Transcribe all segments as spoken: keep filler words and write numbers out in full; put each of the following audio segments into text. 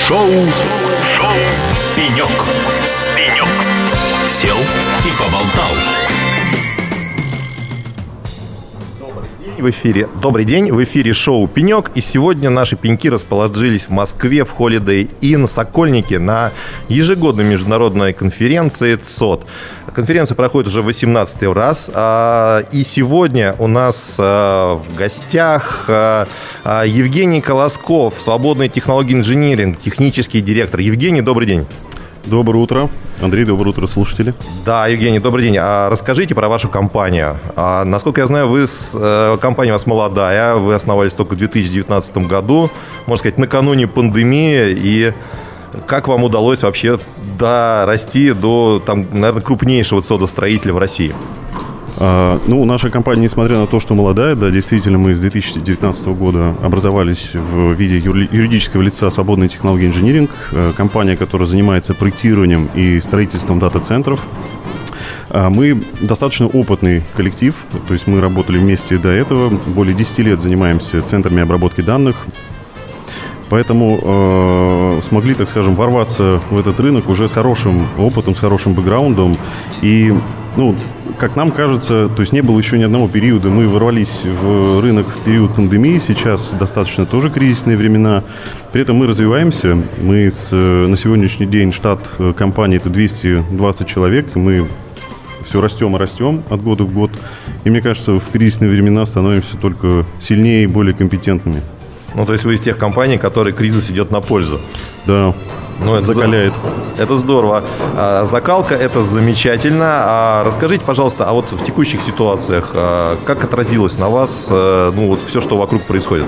Шоу, Шоу. Пенек. Пенек. Сел и поболтал. В эфире. Добрый день, в эфире шоу «Пенек». И сегодня наши пеньки расположились в Москве в Holiday Inn Сокольники на ежегодной международной конференции ЦОТ. Конференция проходит уже восемнадцатый раз. И сегодня у нас в гостях Евгений Колосков, свободный технологий инжиниринг, технический директор. Евгений, добрый день. Доброе утро. Андрей, доброе утро, слушатели. Да, Евгений, добрый день. А расскажите про вашу компанию. А, насколько я знаю, вы с, э, компания у вас молодая, вы основались только в две тысячи девятнадцатом году, можно сказать, накануне пандемии. И как вам удалось вообще дорасти до, там, наверное, крупнейшего содостроителя в России? А, ну, наша компания, несмотря на то, что молодая, да, действительно, мы с две тысячи девятнадцатого года образовались в виде юридического лица «Свободный технологий инжиниринг», компания, которая занимается проектированием и строительством дата-центров. Мы достаточно опытный коллектив, то есть мы работали вместе до этого, более десяти лет занимаемся центрами обработки данных, поэтому э, смогли, так скажем, ворваться в этот рынок уже с хорошим опытом, с хорошим бэкграундом. И, ну, как нам кажется, то есть не было еще ни одного периода. Мы ворвались в рынок в период пандемии, сейчас достаточно тоже кризисные времена. При этом мы развиваемся. Мы с, на сегодняшний день штат компании это двести двадцать человек. Мы все растем и растем от года в год. И мне кажется, в кризисные времена становимся только сильнее и более компетентными. Ну, то есть вы из тех компаний, которые кризис идет на пользу. Да. Ну, это закаляет. Это здорово. А, закалка – это замечательно. А расскажите, пожалуйста, а вот в текущих ситуациях, а, как отразилось на вас, а, ну, вот все, что вокруг происходит?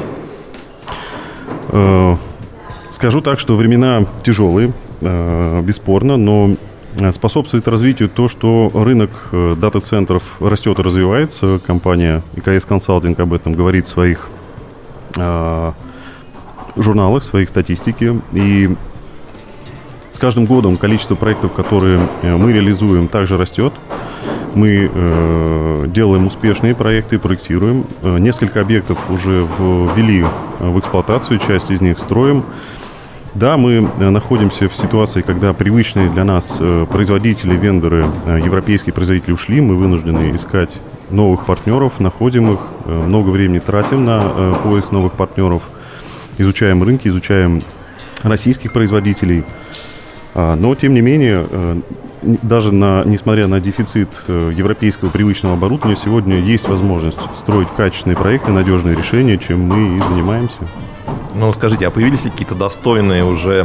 Скажу так, что времена тяжелые, бесспорно, но способствует развитию то, что рынок дата-центров растет и развивается. Компания и ка эс Consulting об этом говорит в своих журналах, в своих статистике. И с каждым годом количество проектов, которые мы реализуем, также растет. Мы э, делаем успешные проекты, проектируем. Несколько объектов уже ввели в эксплуатацию, часть из них строим. Да, мы находимся в ситуации, когда привычные для нас производители, вендоры, европейские производители ушли. Мы вынуждены искать новых партнеров, находим их, много времени тратим на поиск новых партнеров, изучаем рынки, изучаем российских производителей. Но, тем не менее, даже на, несмотря на дефицит европейского привычного оборудования, сегодня есть возможность строить качественные проекты, надежные решения, чем мы и занимаемся. Ну, скажите, а появились ли какие-то достойные уже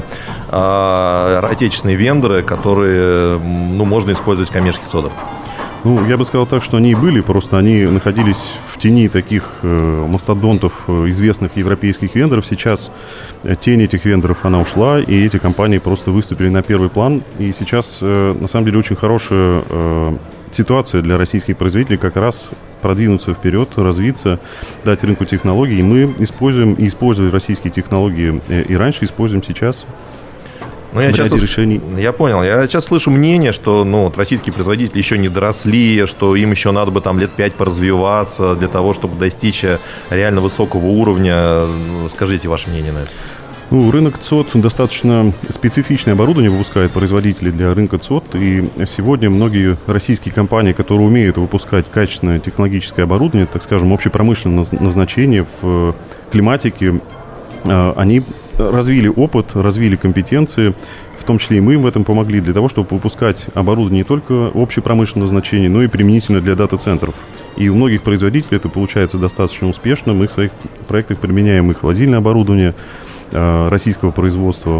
э, отечественные вендоры, которые, ну, можно использовать в коммерческих содах? Ну, я бы сказал так, что они и были, просто они находились в тени таких э, мастодонтов, э, известных европейских вендоров. Сейчас э, тень этих вендоров, она ушла, и эти компании просто выступили на первый план. И сейчас, э, на самом деле, очень хорошая э, ситуация для российских производителей как раз продвинуться вперед, развиться, дать рынку технологий. И мы используем и использовали российские технологии э, и раньше, используем сейчас. Ну, я, часто, решений. я понял. Я сейчас слышу мнение, что, ну, вот, российские производители еще не доросли, что им еще надо бы там лет пять поразвиваться для того, чтобы достичь реально высокого уровня. Скажите ваше мнение на это. Ну, рынок ЦОТ достаточно специфичное оборудование выпускает производители для рынка ЦОТ. И сегодня многие российские компании, которые умеют выпускать качественное технологическое оборудование, так скажем, общепромышленное назначение в климатике, они развили опыт, развили компетенции, в том числе и мы им в этом помогли, для того, чтобы выпускать оборудование не только общепромышленного значения, но и применительно для дата-центров. И у многих производителей это получается достаточно успешно. Мы в своих проектах применяем и холодильное оборудование э, российского производства,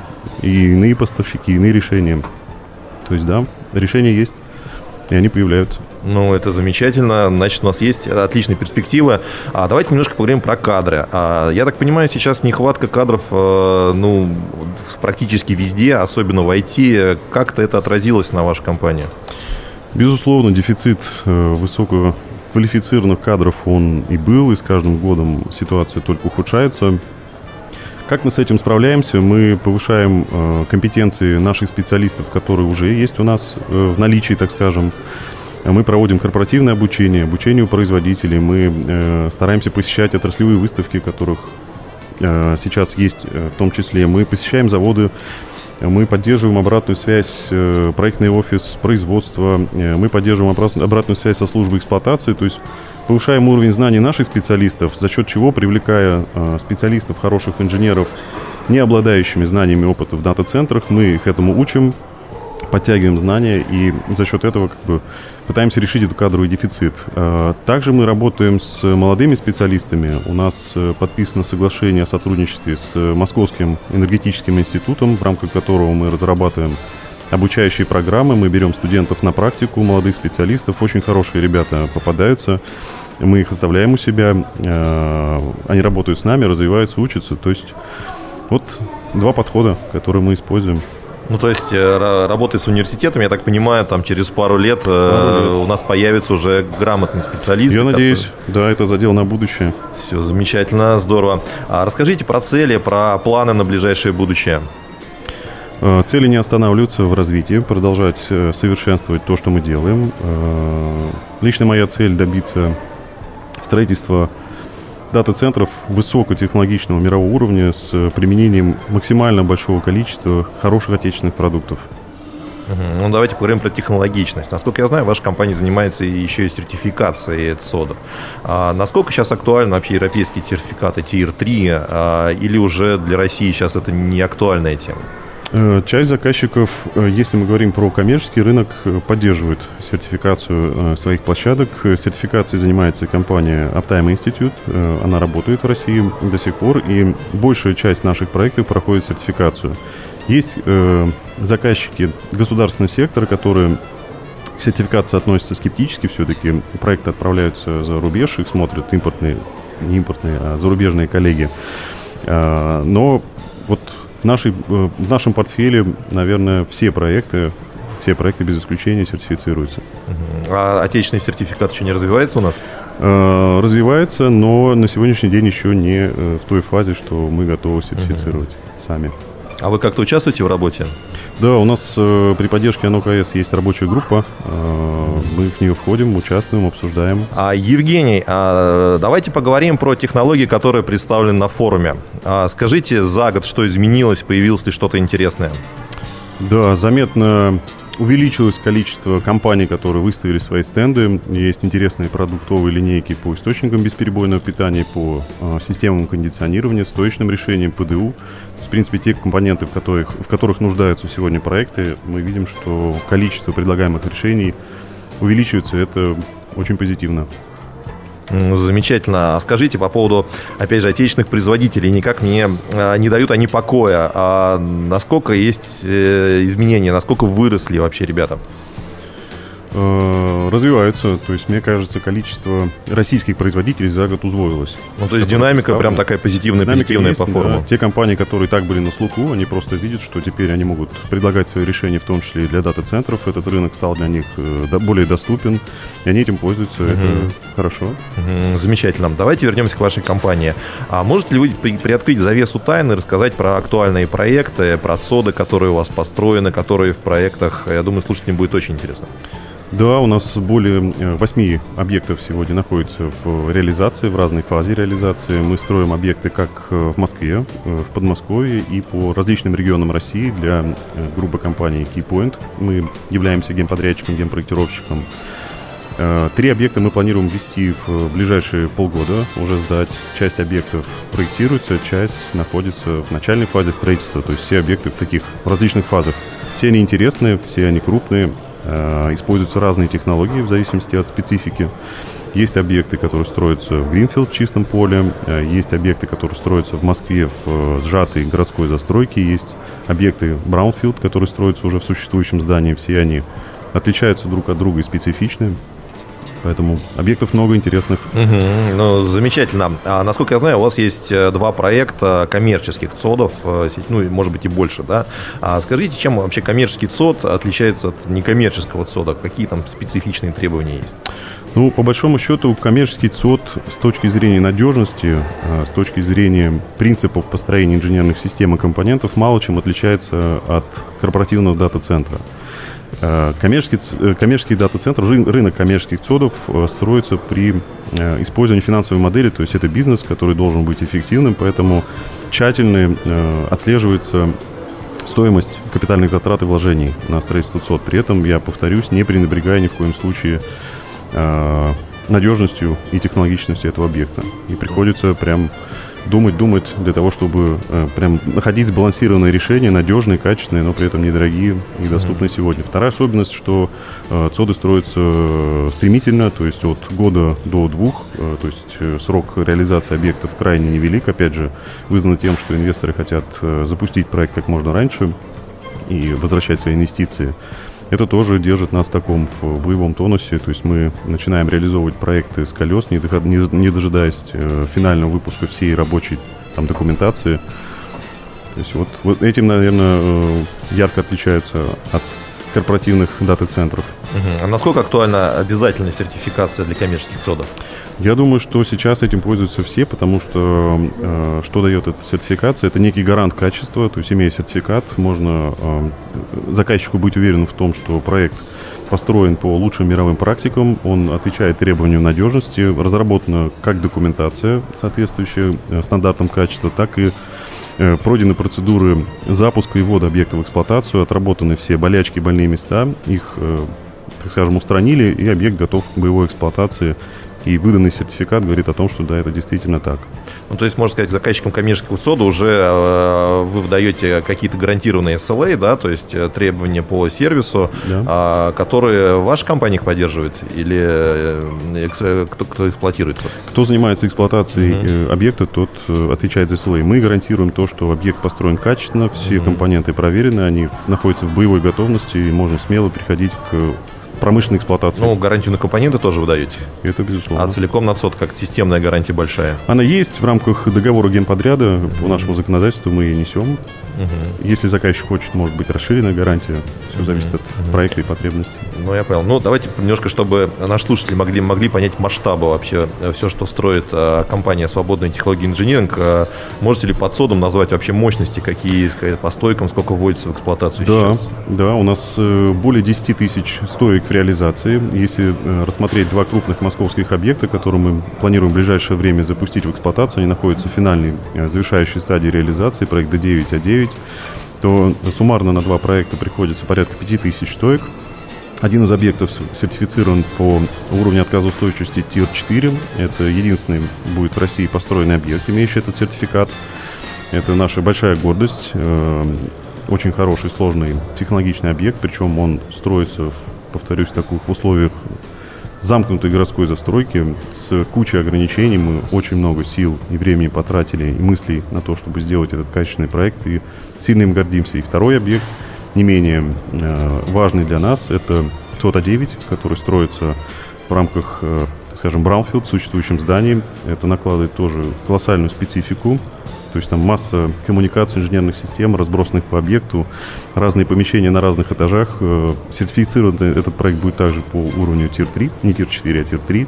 и иные поставщики, иные решения. То есть, да, решения есть, и они появляются. Ну, это замечательно. Значит, у нас есть отличные перспективы. А давайте немножко поговорим про кадры. А, я так понимаю, сейчас нехватка кадров, ну, практически везде, особенно в ай ти. Как-то это отразилось на вашей компании? Безусловно, дефицит высококвалифицированных кадров, он и был, и с каждым годом ситуация только ухудшается. Как мы с этим справляемся? Мы повышаем э, компетенции наших специалистов, которые уже есть у нас э, в наличии, так скажем. Мы проводим корпоративное обучение, обучение у производителей. Мы э, стараемся посещать отраслевые выставки, которых сейчас есть в том числе. Мы посещаем заводы, мы поддерживаем обратную связь, проектный офис, производство, мы поддерживаем обратную связь со службой эксплуатации, то есть повышаем уровень знаний наших специалистов, за счет чего, привлекая специалистов, хороших инженеров, не обладающими знаниями и опытом в дата-центрах, мы их этому учим, подтягиваем знания и за счет этого как бы пытаемся решить этот кадровый дефицит. Также мы работаем с молодыми специалистами. У нас подписано соглашение о сотрудничестве с Московским энергетическим институтом, в рамках которого мы разрабатываем обучающие программы. Мы берем студентов на практику, молодых специалистов. Очень хорошие ребята попадаются. Мы их оставляем у себя. Они работают с нами, развиваются, учатся. То есть вот два подхода, которые мы используем. Ну, то есть, работая с университетом, я так понимаю, там через пару лет, пару лет. у нас появится уже грамотный специалист. Я надеюсь, да, это задел на будущее. Все, замечательно, здорово. А расскажите про цели, про планы на ближайшее будущее. Цели не останавливаются в развитии, продолжать совершенствовать то, что мы делаем. Лично моя цель – добиться строительства дата-центров высокотехнологичного мирового уровня с применением максимально большого количества хороших отечественных продуктов. Uh-huh. Ну, давайте поговорим про технологичность. Насколько я знаю, ваша компания занимается еще и сертификацией содов. А насколько сейчас актуальны вообще европейские сертификаты Тир три, а, или уже для России сейчас это не актуальная тема? Часть заказчиков, если мы говорим про коммерческий рынок, поддерживает сертификацию своих площадок. Сертификацией занимается компания Uptime Institute. Она работает в России до сих пор, и большая часть наших проектов проходит сертификацию. Есть заказчики государственного сектора, которые к сертификации относятся скептически. Все-таки проекты отправляются за рубеж, их смотрят импортные, не импортные, а зарубежные коллеги. Но вот В, нашей, в нашем портфеле, наверное, все проекты, все проекты без исключения сертифицируются. А отечественный сертификат еще не развивается у нас? Развивается, но на сегодняшний день еще не в той фазе, что мы готовы сертифицировать uh-huh. сами. А вы как-то участвуете в работе? Да, у нас э, при поддержке эн о ка эс есть рабочая группа. Э, мы в нее входим, участвуем, обсуждаем. А, Евгений, а, давайте поговорим про технологии, которые представлены на форуме. А, скажите, за год что изменилось, появилось ли что-то интересное? Да, заметно увеличилось количество компаний, которые выставили свои стенды. Есть интересные продуктовые линейки по источникам бесперебойного питания, по э, системам кондиционирования, стоечным решениям, пэ дэ у. В принципе, те компоненты, в которых, в которых нуждаются сегодня проекты, мы видим, что количество предлагаемых решений увеличивается. Это очень позитивно. Замечательно. А скажите по поводу, опять же, отечественных производителей. Никак не, не дают они покоя. А насколько есть изменения, насколько выросли вообще ребята? Развиваются. То есть, мне кажется, количество российских производителей за год удвоилось. Ну, то есть динамика прям такая позитивная, динамика позитивная есть, по форуму. Да. Те компании, которые так были на слуху, они просто видят, что теперь они могут предлагать свои решения, в том числе и для дата-центров. Этот рынок стал для них более доступен, и они этим пользуются. Угу. Это хорошо. Угу. Замечательно. Давайте вернемся к вашей компании. А можете ли вы приоткрыть завесу тайны и рассказать про актуальные проекты, про соды, которые у вас построены, которые в проектах? Я думаю, слушателям будет очень интересно. Да, у нас более восьми объектов сегодня находятся в реализации, в разной фазе реализации. Мы строим объекты как в Москве, в Подмосковье и по различным регионам России для группы компаний Keypoint. Мы являемся генподрядчиком, генпроектировщиком. Три объекта мы планируем ввести в ближайшие полгода, уже сдать. Часть объектов проектируется, часть находится в начальной фазе строительства. То есть все объекты в таких различных фазах. Все они интересные, все они крупные. Используются разные технологии в зависимости от специфики. Есть объекты, которые строятся в Гринфилд, в чистом поле. Есть объекты, которые строятся в Москве в сжатой городской застройке. Есть объекты Браунфилд, которые строятся уже в существующем здании. Все они отличаются друг от друга и специфичны. Поэтому объектов много интересных. Угу, ну, замечательно. А, насколько я знаю, у вас есть два проекта коммерческих цодов, ну, может быть, и больше, да? А скажите, чем вообще коммерческий цод отличается от некоммерческого цода? Какие там специфичные требования есть? Ну, по большому счету, коммерческий цод с точки зрения надежности, с точки зрения принципов построения инженерных систем и компонентов мало чем отличается от корпоративного дата-центра. Коммерческий, коммерческий дата-центр, рынок коммерческих цодов строится при использовании финансовой модели, то есть это бизнес, который должен быть эффективным, поэтому тщательно отслеживается стоимость капитальных затрат и вложений на строительство цод. При этом, я повторюсь, не пренебрегая ни в коем случае надежностью и технологичностью этого объекта. И приходится прям думать, думать для того, чтобы э, прям находить сбалансированные решения, надежные, качественные, но при этом недорогие и доступные mm-hmm. сегодня. Вторая особенность, что э, цоды строятся стремительно, то есть от года до двух, э, то есть э, срок реализации объектов крайне невелик, опять же, вызвано тем, что инвесторы хотят э, запустить проект как можно раньше и возвращать свои инвестиции. Это тоже держит нас в таком в боевом тонусе, то есть мы начинаем реализовывать проекты с колес, не, не, не дожидаясь э, финального выпуска всей рабочей там, документации. То есть вот, вот этим, наверное, э, ярко отличаются от корпоративных дата-центров. Uh-huh. А насколько актуальна обязательная сертификация для коммерческих цодов? Я думаю, что сейчас этим пользуются все, потому что э, что дает эта сертификация? Это некий гарант качества, то есть имея сертификат, можно э, заказчику быть уверенным в том, что проект построен по лучшим мировым практикам, он отвечает требованиям надежности, разработана как документация, соответствующая стандартам качества, так и э, пройдены процедуры запуска и ввода объекта в эксплуатацию, отработаны все болячки, больные места, их, э, так скажем, устранили, и объект готов к боевой эксплуатации. И выданный сертификат говорит о том, что да, это действительно так. Ну, то есть, можно сказать, заказчикам коммерческого цода уже э, вы выдаете какие-то гарантированные эс эл эй, да, то есть требования по сервису, да. э, которые ваша компания их поддерживает или э, кто, кто эксплуатирует? Кто занимается эксплуатацией uh-huh. объекта, тот отвечает за эс эл эй. Мы гарантируем то, что объект построен качественно, все uh-huh. компоненты проверены, они находятся в боевой готовности, и можно смело переходить к промышленной эксплуатации. Ну, гарантию на компоненты тоже вы даете? Это безусловно. А целиком на цод, как системная гарантия большая? Она есть в рамках договора генподряда. Mm-hmm. По нашему законодательству мы ее несем. Mm-hmm. Если заказчик хочет, может быть расширенная гарантия. Все mm-hmm. зависит от mm-hmm. проекта и потребностей. Ну, я понял. Ну, давайте немножко, чтобы наши слушатели могли, могли понять масштабы вообще. Все, что строит а, компания «Свободные технологии инжиниринг». А, можете ли под цодом назвать вообще мощности, какие, сказать, по стойкам, сколько вводится в эксплуатацию да, сейчас? Да, у нас э, более десять тысяч стоек в реализации. Если э, рассмотреть два крупных московских объекта, которые мы планируем в ближайшее время запустить в эксплуатацию, они находятся в финальной э, завершающей стадии реализации, проект Д девять А девять, то суммарно на два проекта приходится порядка пять тысяч стоек. Один из объектов сертифицирован по уровню отказоустойчивости Тир четыре. Это единственный будет в России построенный объект, имеющий этот сертификат. Это наша большая гордость. Э, очень хороший, сложный, технологичный объект, причем он строится, повторюсь, в таких условиях замкнутой городской застройки с кучей ограничений. Мы очень много сил и времени потратили, и мыслей на то, чтобы сделать этот качественный проект, и сильно им гордимся. И второй объект, не менее э, важный для нас, это цод А девять, который строится в рамках, э, скажем, браунфилд, существующим зданием. Это накладывает тоже колоссальную специфику. То есть там масса коммуникаций, инженерных систем, разбросанных по объекту, разные помещения на разных этажах. Сертифицирован этот проект будет также по уровню Тир три, не Тир четыре, а Тир три.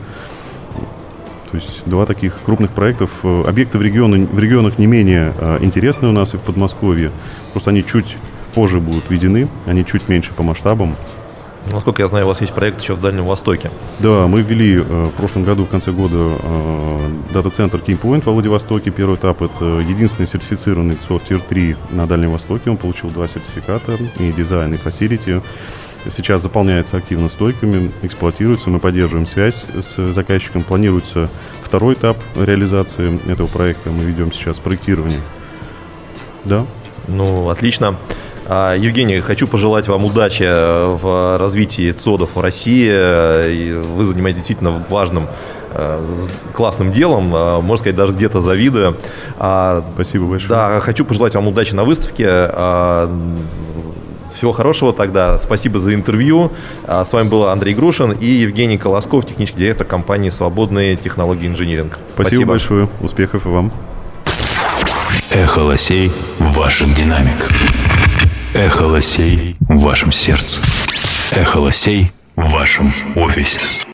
То есть два таких крупных проектов. Объекты в, регионе, в регионах не менее интересны у нас и в Подмосковье. Просто они чуть позже будут введены, они чуть меньше по масштабам. Насколько я знаю, у вас есть проект еще в Дальнем Востоке. Да, мы ввели э, в прошлом году, в конце года, э, дата-центр Keypoint во Владивостоке. Первый этап – это единственный сертифицированный цод Тир три на Дальнем Востоке. Он получил два сертификата, и дизайн, и фасилити. Сейчас заполняется активно стойками, эксплуатируется. Мы поддерживаем связь с заказчиком. Планируется второй этап реализации этого проекта. Мы ведем сейчас проектирование. Да. Ну, отлично. Евгений, хочу пожелать вам удачи в развитии цодов в России. Вы занимаетесь действительно важным, классным делом, можно сказать, даже где-то завидую. Спасибо большое. Да, хочу пожелать вам удачи на выставке. Всего хорошего тогда. Спасибо за интервью. С вами был Андрей Грушин и Евгений Колосков, технический директор компании «Свободные технологии инжиниринг». Спасибо, Спасибо большое. Успехов и вам. Эхо Лосей в ваших динамиках. Эхо Лосей в вашем сердце. Эхо Лосей в вашем офисе.